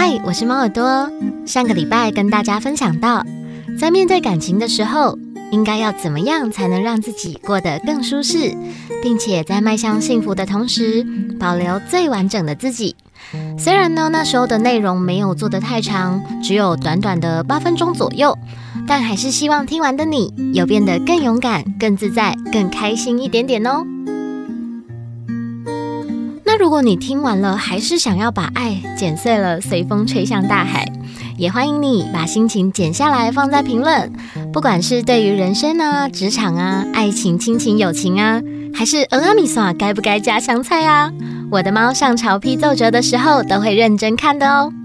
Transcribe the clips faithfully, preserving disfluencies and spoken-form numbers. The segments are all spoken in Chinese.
嗨，我是猫耳朵。上个礼拜跟大家分享到，在面对感情的时候，应该要怎么样才能让自己过得更舒适，并且在迈向幸福的同时，保留最完整的自己。虽然呢，那时候的内容没有做得太长，只有短短的八分钟左右，但还是希望听完的你有变得更勇敢、更自在、更开心一点点哦。那如果你听完了还是想要把爱剪碎了随风吹向大海，也欢迎你把心情剪下来放在评论，不管是对于人生啊、职场啊、爱情、亲情、友情啊，还是俄阿米索该不该加香菜啊，我的猫上潮批奏折的时候都会认真看的哦。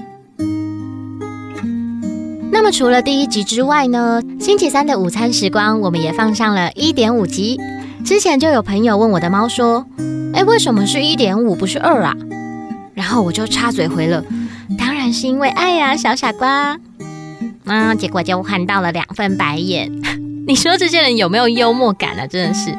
那么除了第一集之外呢，星期三的午餐时光我们也放上了 一点五 集。之前就有朋友问我的猫说，诶，为什么是 一点五 不是二啊？然后我就插嘴回了，当然是因为爱呀、啊，小傻瓜。啊，结果就看到了两份白眼。你说这些人有没有幽默感啊？真的是。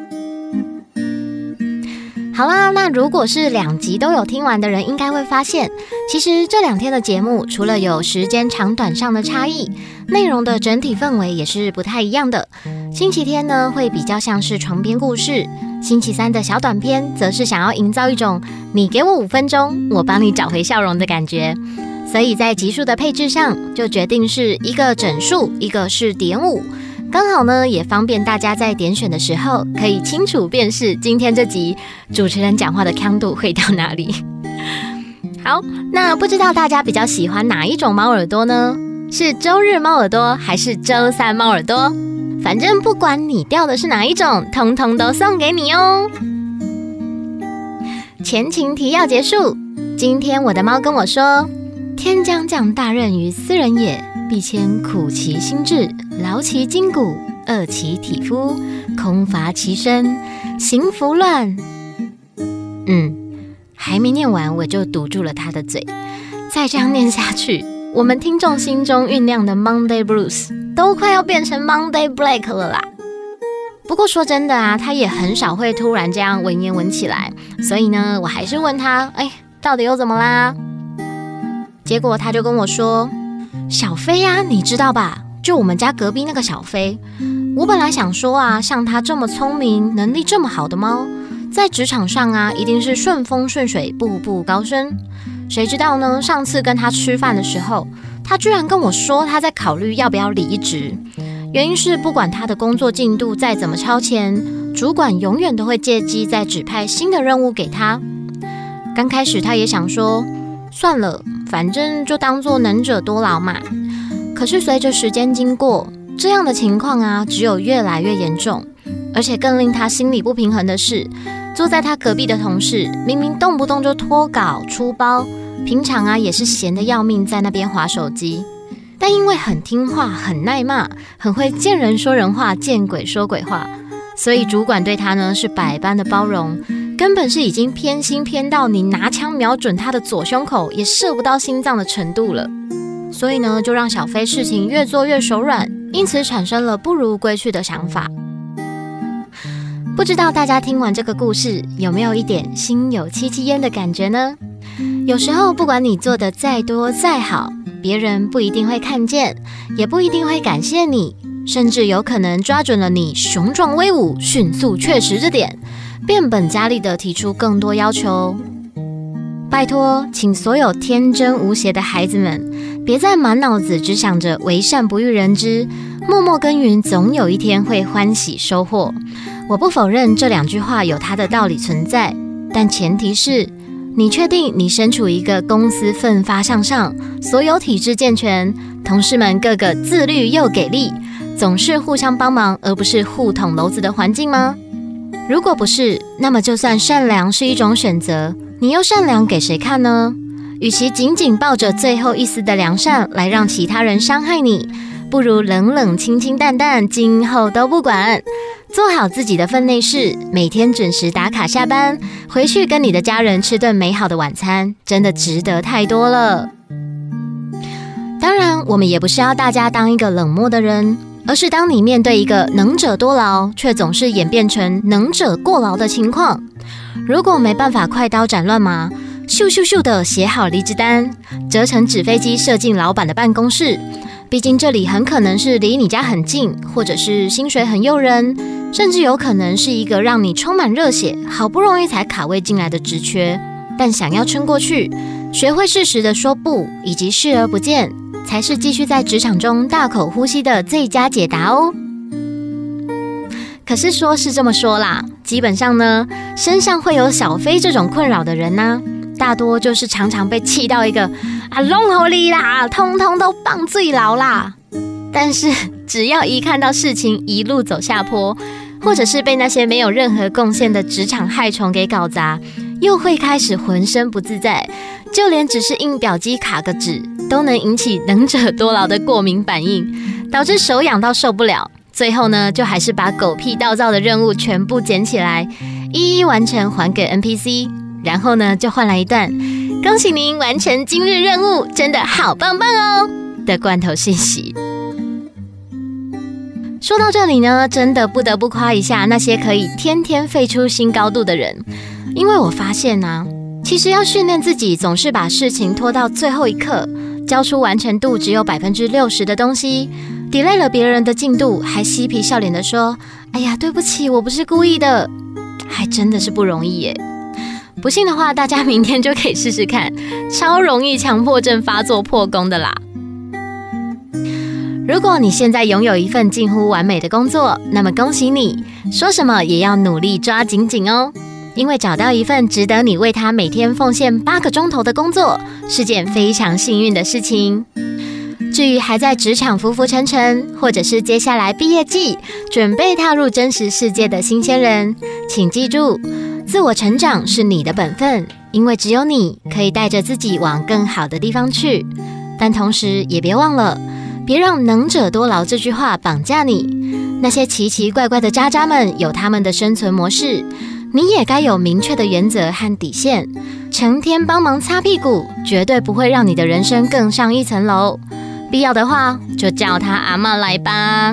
好啦，那如果是两集都有听完的人，应该会发现，其实这两天的节目除了有时间长短上的差异，内容的整体氛围也是不太一样的。星期天呢，会比较像是床边故事，星期三的小短片则是想要营造一种你给我五分钟，我帮你找回笑容的感觉。所以在集数的配置上，就决定是一个整数，一个是点五，刚好呢也方便大家在点选的时候可以清楚辨识今天这集主持人讲话的强度会到哪里。好，那不知道大家比较喜欢哪一种猫耳朵呢？是周日猫耳朵还是周三猫耳朵？反正不管你钓的是哪一种，通通都送给你哦。前情提要结束，今天我的猫跟我说，天将降大任于斯人也，必先苦其心志，劳其筋骨，饿其体肤，空乏其身，行拂乱。嗯，还没念完我就堵住了他的嘴。再这样念下去，我们听众心中酝酿的 Monday Blues 都快要变成 Monday Black 了啦。不过说真的啊，他也很少会突然这样文言文起来，所以呢，我还是问他，哎，到底又怎么啦？结果他就跟我说，小飞啊，你知道吧？就我们家隔壁那个小飞，我本来想说啊，像他这么聪明、能力这么好的猫，在职场上啊，一定是顺风顺水、步步高升。谁知道呢？上次跟他吃饭的时候，他居然跟我说他在考虑要不要离职，原因是不管他的工作进度再怎么超前，主管永远都会借机再指派新的任务给他。刚开始他也想说，算了，反正就当作能者多劳嘛。可是随着时间经过，这样的情况啊，只有越来越严重。而且更令他心里不平衡的是，坐在他隔壁的同事明明动不动就脱稿出包，平常啊也是闲得要命，在那边滑手机，但因为很听话、很耐骂、很会见人说人话、见鬼说鬼话，所以主管对他呢是百般的包容，根本是已经偏心偏到你拿枪瞄准他的左胸口也射不到心脏的程度了。所以呢，就让小飞事情越做越手软，因此产生了不如归去的想法。不知道大家听完这个故事，有没有一点心有戚戚焉的感觉呢？有时候不管你做的再多再好，别人不一定会看见，也不一定会感谢你，甚至有可能抓准了你雄壮威武、迅速确实这点，变本加厉地提出更多要求。拜托，请所有天真无邪的孩子们，别再满脑子只想着为善不欲人知，默默耕耘，总有一天会欢喜收获。我不否认这两句话有它的道理存在，但前提是你确定你身处一个公司奋发向上，所有体制健全，同事们个个自律又给力，总是互相帮忙而不是互捅娄子的环境吗？如果不是，那么就算善良是一种选择，你又善良给谁看呢？与其紧紧抱着最后一丝的良善来让其他人伤害你，不如冷冷清清淡淡，今后都不管，做好自己的分内事，每天准时打卡下班，回去跟你的家人吃顿美好的晚餐，真的值得太多了。当然，我们也不是要大家当一个冷漠的人，而是当你面对一个能者多劳，却总是演变成能者过劳的情况，如果没办法快刀斩乱麻， 咻咻咻的写好离职单，折成纸飞机射进老板的办公室。毕竟这里很可能是离你家很近，或者是薪水很诱人，甚至有可能是一个让你充满热血，好不容易才卡位进来的职缺。但想要撑过去，学会适时的说不，以及视而不见，才是继续在职场中大口呼吸的最佳解答哦。可是说是这么说啦，基本上呢，身上会有小飞这种困扰的人呢、啊，大多就是常常被气到一个啊弄好你啦，通通都放最牢啦。但是只要一看到事情一路走下坡，或者是被那些没有任何贡献的职场害虫给搞砸，又会开始浑身不自在，就连只是印表机卡个纸，都能引起能者多劳的过敏反应，导致手痒到受不了。最后呢，就还是把狗屁倒灶的任务全部捡起来，一一完成还给 N P C， 然后呢就换来一段恭喜您完成今日任务，真的好棒棒哦的罐头信息。说到这里呢，真的不得不夸一下那些可以天天飞出新高度的人，因为我发现啊，其实要训练自己总是把事情拖到最后一刻，交出完成度只有 百分之六十 的东西，delay 了别人的进度，还嬉皮笑脸的说哎呀对不起，我不是故意的，还真的是不容易耶。不信的话，大家明天就可以试试看，超容易强迫症发作破功的啦。如果你现在拥有一份近乎完美的工作，那么恭喜你，说什么也要努力抓紧紧哦，因为找到一份值得你为他每天奉献八个钟头的工作，是件非常幸运的事情。至于还在职场浮浮沉沉，或者是接下来毕业季准备踏入真实世界的新鲜人，请记住，自我成长是你的本分，因为只有你可以带着自己往更好的地方去。但同时也别忘了，别让能者多劳这句话绑架你。那些奇奇怪怪的渣渣们有他们的生存模式，你也该有明确的原则和底线。成天帮忙擦屁股，绝对不会让你的人生更上一层楼。必要的话，就叫他阿嬷来吧。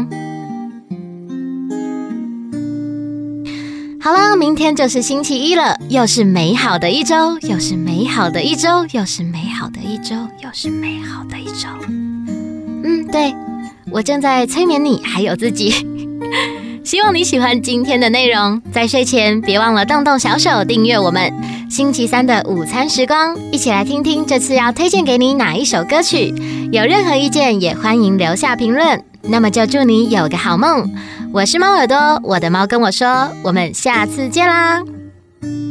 好了，明天就是星期一了，又是美好的一周，又是美好的一周，又是美好的一周，又是美好的一周。嗯，对，我正在催眠你，还有自己。希望你喜欢今天的内容，在睡前别忘了动动小手订阅我们星期三的午餐时光，一起来听听这次要推荐给你哪一首歌曲。有任何意见也欢迎留下评论。那么就祝你有个好梦。我是猫耳朵，我的猫跟我说，我们下次见啦。